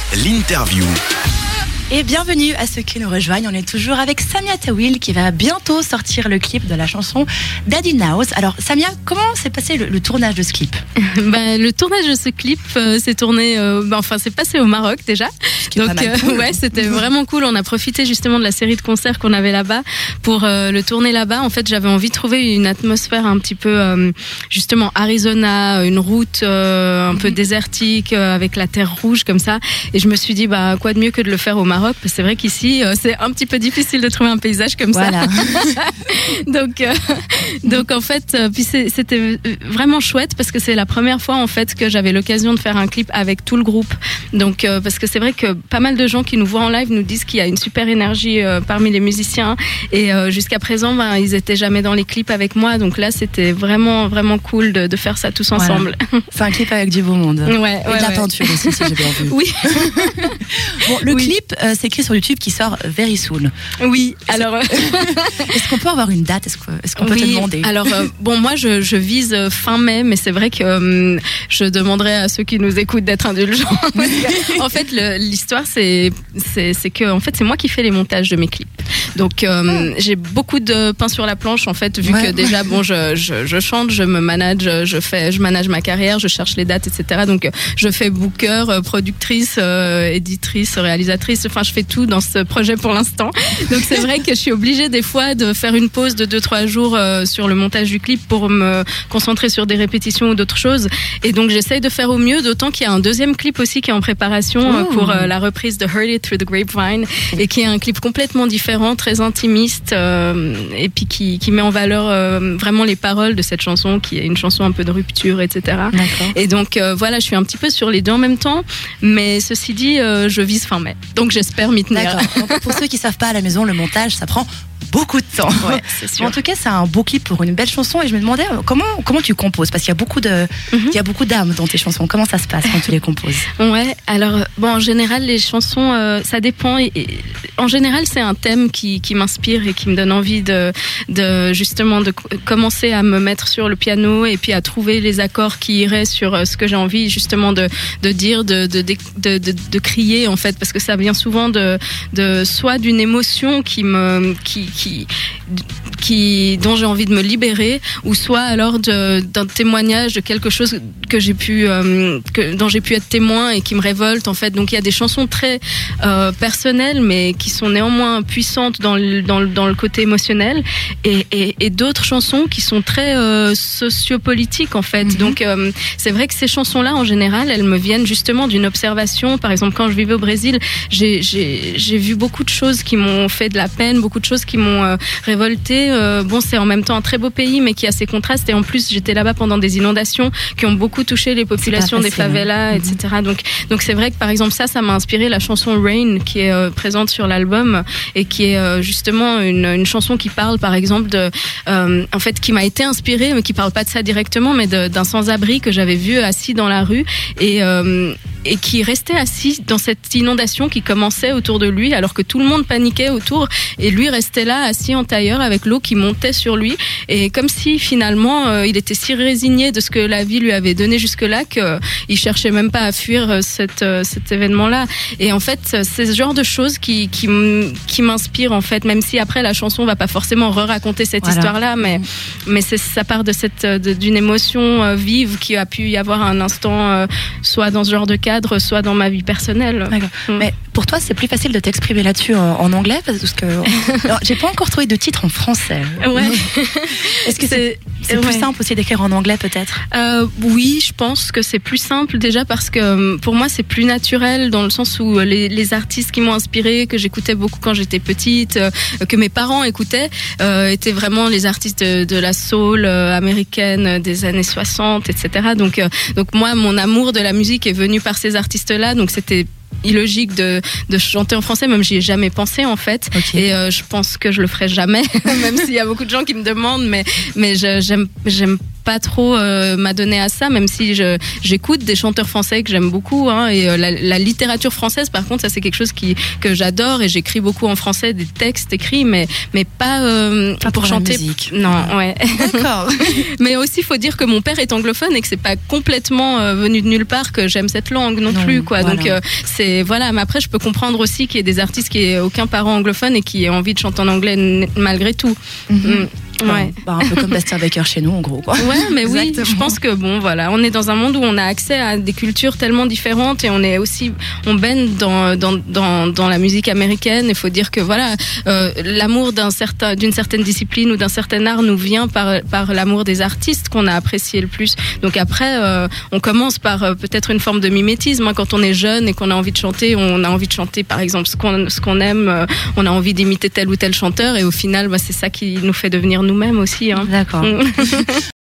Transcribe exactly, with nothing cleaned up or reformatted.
l'interview. Et bienvenue à ceux qui nous rejoignent. On est toujours avec Samia Tawil qui va bientôt sortir le clip de la chanson Daddy Knows. Alors Samia, comment s'est passé le, le tournage de ce clip? Ben, le tournage de ce clip euh, s'est tourné, euh, ben, enfin c'est passé au Maroc déjà. Donc euh, cool. ouais, c'était vraiment cool. On a profité justement de la série de concerts qu'on avait là-bas pour euh, le tourner là-bas. En fait, j'avais envie de trouver une atmosphère un petit peu euh, justement Arizona, une route euh, un peu désertique euh, avec la terre rouge comme ça. Et je me suis dit bah quoi de mieux que de le faire au Maroc, parce que c'est vrai qu'ici euh, c'est un petit peu difficile de trouver un paysage comme voilà. ça. donc euh, donc en fait, euh, puis c'est, c'était vraiment chouette parce que c'est la première fois en fait que j'avais l'occasion de faire un clip avec tout le groupe. Donc euh, parce que c'est vrai que pas mal de gens qui nous voient en live nous disent qu'il y a une super énergie euh, parmi les musiciens et euh, jusqu'à présent ben, ils étaient jamais dans les clips avec moi, donc là c'était vraiment vraiment cool de, de faire ça tous ensemble. Voilà. C'est un clip avec du beau monde. Ouais, et ouais, de la ouais. peinture aussi si j'ai bien vu. Oui. Bon, le oui. clip euh, c'est écrit sur YouTube qui sort very soon. Oui. Alors est-ce qu'on peut avoir une date? Est-ce, que, est-ce qu'on peut oui, te demander? Alors euh, bon moi je, je vise fin mai, mais c'est vrai que euh, je demanderais à ceux qui nous écoutent d'être indulgents. En fait le, l'histoire c'est c'est c'est que en fait c'est moi qui fais les montages de mes clips. Donc euh, j'ai beaucoup de pain sur la planche en fait, vu ouais. que déjà bon je, je je chante, je me manage, je fais je manage ma carrière, je cherche les dates, et cetera. Donc je fais booker, productrice, euh, éditrice, réalisatrice, enfin je fais tout dans ce projet pour l'instant. Donc c'est vrai que je suis obligée des fois de faire une pause de deux trois jours euh, sur le montage du clip pour me concentrer sur des répétitions ou d'autres choses. Et donc j'essaye de faire au mieux, d'autant qu'il y a un deuxième clip aussi qui est en préparation euh, pour euh, la reprise de Heard It Through the Grapevine, et qui est un clip complètement différent, très intimiste, euh, et puis qui, qui met en valeur euh, vraiment les paroles de cette chanson, qui est une chanson un peu de rupture, et cetera. D'accord. Et donc euh, voilà, je suis un petit peu sur les deux en même temps, mais ceci dit, euh, je vise fin mai. Donc j'espère m'y tenir. D'accord. Donc, pour ceux qui savent pas à la maison, le montage, ça prend beaucoup de temps. Ouais, c'est sûr. En tout cas, c'est un beau clip pour une belle chanson, et je me demandais comment comment tu composes, parce qu'il y a beaucoup de mm-hmm. il y a beaucoup d'âme dans tes chansons. Comment ça se passe quand tu les composes? Ouais, alors bon, en général les chansons euh, ça dépend, et, et en général c'est un thème qui qui m'inspire et qui me donne envie de de justement de commencer à me mettre sur le piano et puis à trouver les accords qui iraient sur ce que j'ai envie justement de de dire, de de de de, de, de crier en fait, parce que ça vient souvent de de soit d'une émotion qui me qui qui qui dont j'ai envie de me libérer, ou soit alors de, d'un témoignage de quelque chose que j'ai pu euh, que, dont j'ai pu être témoin et qui me révolte en fait. Donc il y a des chansons très euh, personnelles mais qui sont néanmoins puissantes dans le, dans le, dans le côté émotionnel, et, et, et d'autres chansons qui sont très euh, sociopolitiques en fait. Mm-hmm. Donc euh, c'est vrai que ces chansons-là en général elles me viennent justement d'une observation. Par exemple quand je vivais au Brésil, j'ai, j'ai, j'ai vu beaucoup de choses qui m'ont fait de la peine, beaucoup de choses qui m'ont euh, révolté. Euh, bon, c'est en même temps un très beau pays, mais qui a ses contrastes. Et en plus, j'étais là-bas pendant des inondations qui ont beaucoup touché les populations des favelas, et cetera. Donc, donc c'est vrai que par exemple ça, ça m'a inspiré la chanson Rain, qui est euh, présente sur l'album, et qui est euh, justement une, une chanson qui parle, par exemple, de, euh, en fait, qui m'a été inspirée, mais qui parle pas de ça directement, mais de, d'un sans-abri que j'avais vu assis dans la rue, et euh, et qui restait assis dans cette inondation qui commençait autour de lui, alors que tout le monde paniquait autour, et lui restait là assis en tailleur avec l'eau qui montait sur lui, et comme si finalement euh, il était si résigné de ce que la vie lui avait donné jusque-là qu'il euh, cherchait même pas à fuir euh, cette, euh, cet événement-là. Et en fait c'est ce genre de choses qui, qui, m- qui m'inspirent en fait, même si après la chanson va pas forcément re-raconter cette voilà. histoire-là, mais, mais c'est, ça part de cette, de, d'une émotion euh, vive qui a pu y avoir un instant, euh, soit dans ce genre de cadre, soit dans ma vie personnelle. Mmh. Mais pour toi c'est plus facile de t'exprimer là-dessus en, en anglais, parce que alors, j'ai pas encore trouvé de titre en français. Ouais. Est-ce que c'est, c'est, c'est plus ouais. simple aussi d'écrire en anglais peut-être? euh, Oui, je pense que c'est plus simple déjà parce que pour moi c'est plus naturel, dans le sens où les, les artistes qui m'ont inspirée, que j'écoutais beaucoup quand j'étais petite, euh, que mes parents écoutaient, euh, étaient vraiment les artistes de, de la soul euh, américaine des années soixante, et cetera. Donc, euh, donc moi, mon amour de la musique est venu par ces artistes-là, donc c'était illogique de, de chanter en français, même j'y ai jamais pensé en fait. Okay. Et euh, je pense que je le ferai jamais, même s'il y a beaucoup de gens qui me demandent, mais, mais je, j'aime, j'aime pas trop euh, m'adonner à ça, même si je, j'écoute des chanteurs français que j'aime beaucoup, hein, et euh, la, la littérature française, par contre, ça c'est quelque chose qui, que j'adore, et j'écris beaucoup en français, des textes écrits, mais, mais pas, euh, pas pour, pour chanter. La musique. Non, ouais. D'accord. Mais aussi, il faut dire que mon père est anglophone et que c'est pas complètement euh, venu de nulle part que j'aime cette langue non, non plus, quoi. Voilà. Donc, euh, c'est, voilà. Mais après, je peux comprendre aussi qu'il y ait des artistes qui aient aucun parent anglophone et qui aient envie de chanter en anglais n- malgré tout. Mm-hmm. Mm. Ouais. Bah, un peu comme Bastien Baker chez nous, en gros, quoi. Ouais, mais oui, Exactement. je pense que bon, voilà, on est dans un monde où on a accès à des cultures tellement différentes et on est aussi, on baigne dans dans dans, dans la musique américaine. Il faut dire que voilà, euh, l'amour d'un certain, d'une certaine discipline ou d'un certain art nous vient par par l'amour des artistes qu'on a apprécié le plus. Donc après, euh, on commence par euh, peut-être une forme de mimétisme, hein, quand on est jeune et qu'on a envie de chanter, on a envie de chanter par exemple ce qu'on ce qu'on aime, euh, on a envie d'imiter tel ou tel chanteur et au final, bah, c'est ça qui nous fait devenir nous-mêmes aussi. Hein. D'accord.